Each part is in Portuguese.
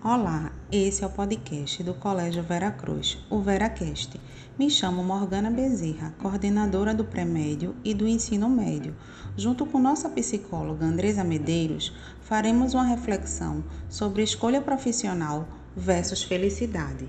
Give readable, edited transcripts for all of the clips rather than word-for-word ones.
Olá, esse é o podcast do Colégio Vera Cruz, o VeraCast. Me chamo Morgana Bezerra, coordenadora do pré-médio e do ensino médio. Junto com nossa psicóloga Andresa Medeiros, faremos uma reflexão sobre escolha profissional versus felicidade.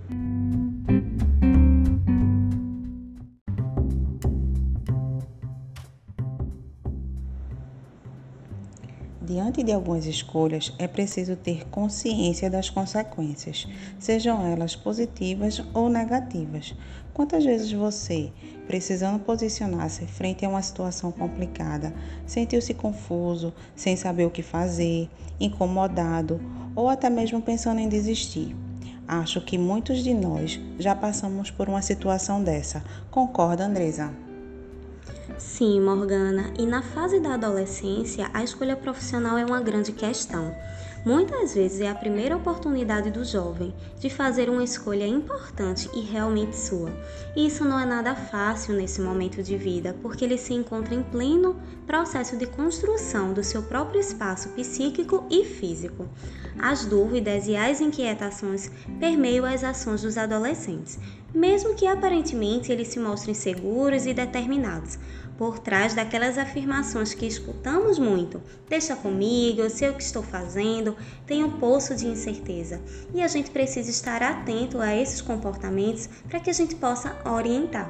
Diante de algumas escolhas, é preciso ter consciência das consequências, sejam elas positivas ou negativas. Quantas vezes você, precisando posicionar-se frente a uma situação complicada, sentiu-se confuso, sem saber o que fazer, incomodado ou até mesmo pensando em desistir? Acho que muitos de nós já passamos por uma situação dessa. Concorda, Andresa? Sim, Morgana, e na fase da adolescência, a escolha profissional é uma grande questão. Muitas vezes é a primeira oportunidade do jovem de fazer uma escolha importante e realmente sua. E isso não é nada fácil nesse momento de vida, porque ele se encontra em pleno processo de construção do seu próprio espaço psíquico e físico. As dúvidas e as inquietações permeiam as ações dos adolescentes, mesmo que aparentemente eles se mostrem seguros e determinados. Por trás daquelas afirmações que escutamos muito, deixa comigo, eu sei o que estou fazendo, tem um poço de incerteza. E a gente precisa estar atento a esses comportamentos para que a gente possa orientar.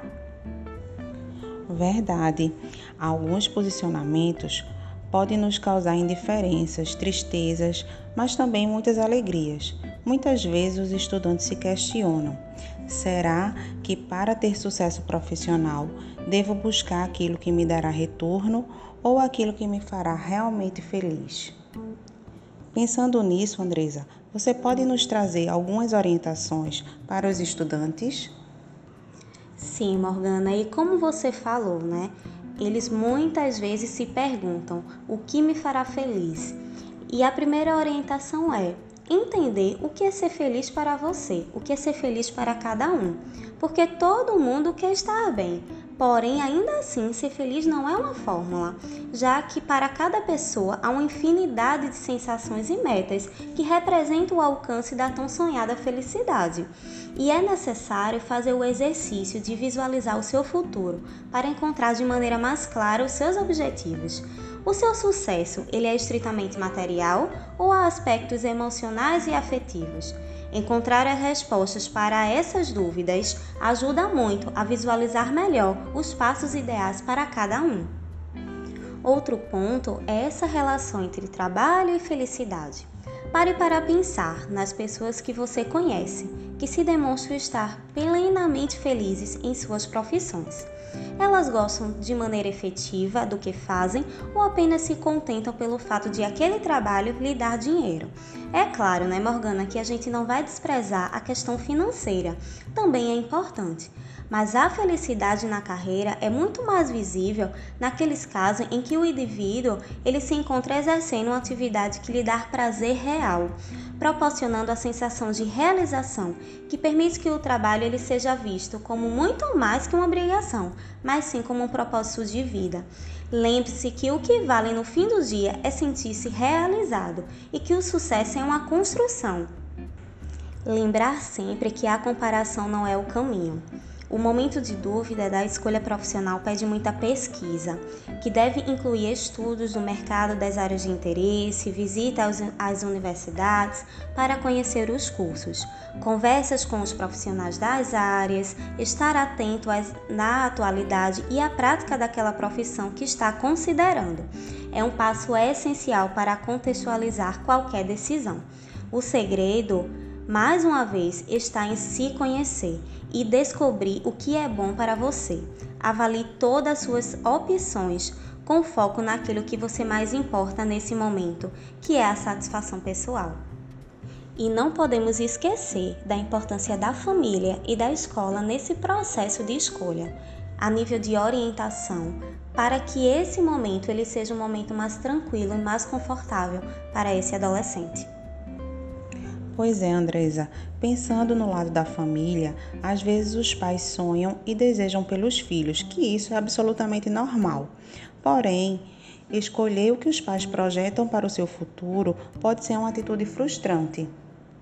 Verdade. Alguns posicionamentos podem nos causar indiferenças, tristezas, mas também muitas alegrias. Muitas vezes os estudantes se questionam: será que para ter sucesso profissional devo buscar aquilo que me dará retorno ou aquilo que me fará realmente feliz? Pensando nisso, Andresa, você pode nos trazer algumas orientações para os estudantes? Sim, Morgana, e como você falou, né? Eles muitas vezes se perguntam o que me fará feliz. E a primeira orientação é entender o que é ser feliz para você, o que é ser feliz para cada um. Porque todo mundo quer estar bem, porém, ainda assim, ser feliz não é uma fórmula, já que para cada pessoa há uma infinidade de sensações e metas que representam o alcance da tão sonhada felicidade. E é necessário fazer o exercício de visualizar o seu futuro para encontrar de maneira mais clara os seus objetivos. O seu sucesso, ele é estritamente material ou há aspectos emocionais e afetivos? Encontrar as respostas para essas dúvidas ajuda muito a visualizar melhor os passos ideais para cada um. Outro ponto é essa relação entre trabalho e felicidade. Pare para pensar nas pessoas que você conhece, que se demonstram estar plenamente felizes em suas profissões. Elas gostam de maneira efetiva do que fazem ou apenas se contentam pelo fato de aquele trabalho lhe dar dinheiro? É claro, né, Morgana, que a gente não vai desprezar a questão financeira, também é importante. Mas a felicidade na carreira é muito mais visível naqueles casos em que o indivíduo ele se encontra exercendo uma atividade que lhe dá prazer real, proporcionando a sensação de realização, que permite que o trabalho ele seja visto como muito mais que uma obrigação, mas sim como um propósito de vida. Lembre-se que o que vale no fim do dia é sentir-se realizado e que o sucesso é uma construção. Lembrar sempre que a comparação não é o caminho. O momento de dúvida da escolha profissional pede muita pesquisa, que deve incluir estudos do mercado das áreas de interesse, visita às universidades para conhecer os cursos, conversas com os profissionais das áreas, estar atento na atualidade e à prática daquela profissão que está considerando. É um passo essencial para contextualizar qualquer decisão. O segredo, mais uma vez, está em se conhecer e descobrir o que é bom para você. Avalie todas as suas opções com foco naquilo que você mais importa nesse momento, que é a satisfação pessoal. E não podemos esquecer da importância da família e da escola nesse processo de escolha, a nível de orientação, para que esse momento ele seja um momento mais tranquilo e mais confortável para esse adolescente. Pois é, Andresa, pensando no lado da família, às vezes os pais sonham e desejam pelos filhos, que isso é absolutamente normal. Porém, escolher o que os pais projetam para o seu futuro pode ser uma atitude frustrante.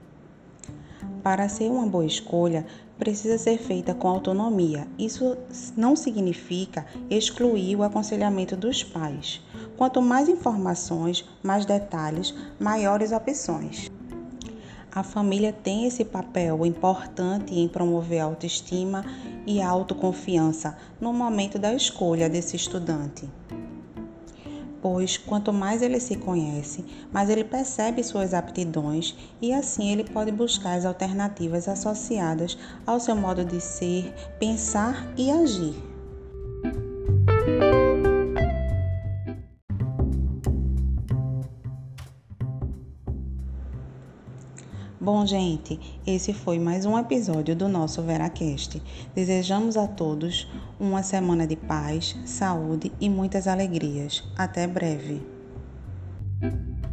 Para ser uma boa escolha, precisa ser feita com autonomia. Isso não significa excluir o aconselhamento dos pais. Quanto mais informações, mais detalhes, maiores opções. A família tem esse papel importante em promover a autoestima e a autoconfiança no momento da escolha desse estudante. Pois quanto mais ele se conhece, mais ele percebe suas aptidões e assim ele pode buscar as alternativas associadas ao seu modo de ser, pensar e agir. Bom, gente, esse foi mais um episódio do nosso VeraCast. Desejamos a todos uma semana de paz, saúde e muitas alegrias. Até breve.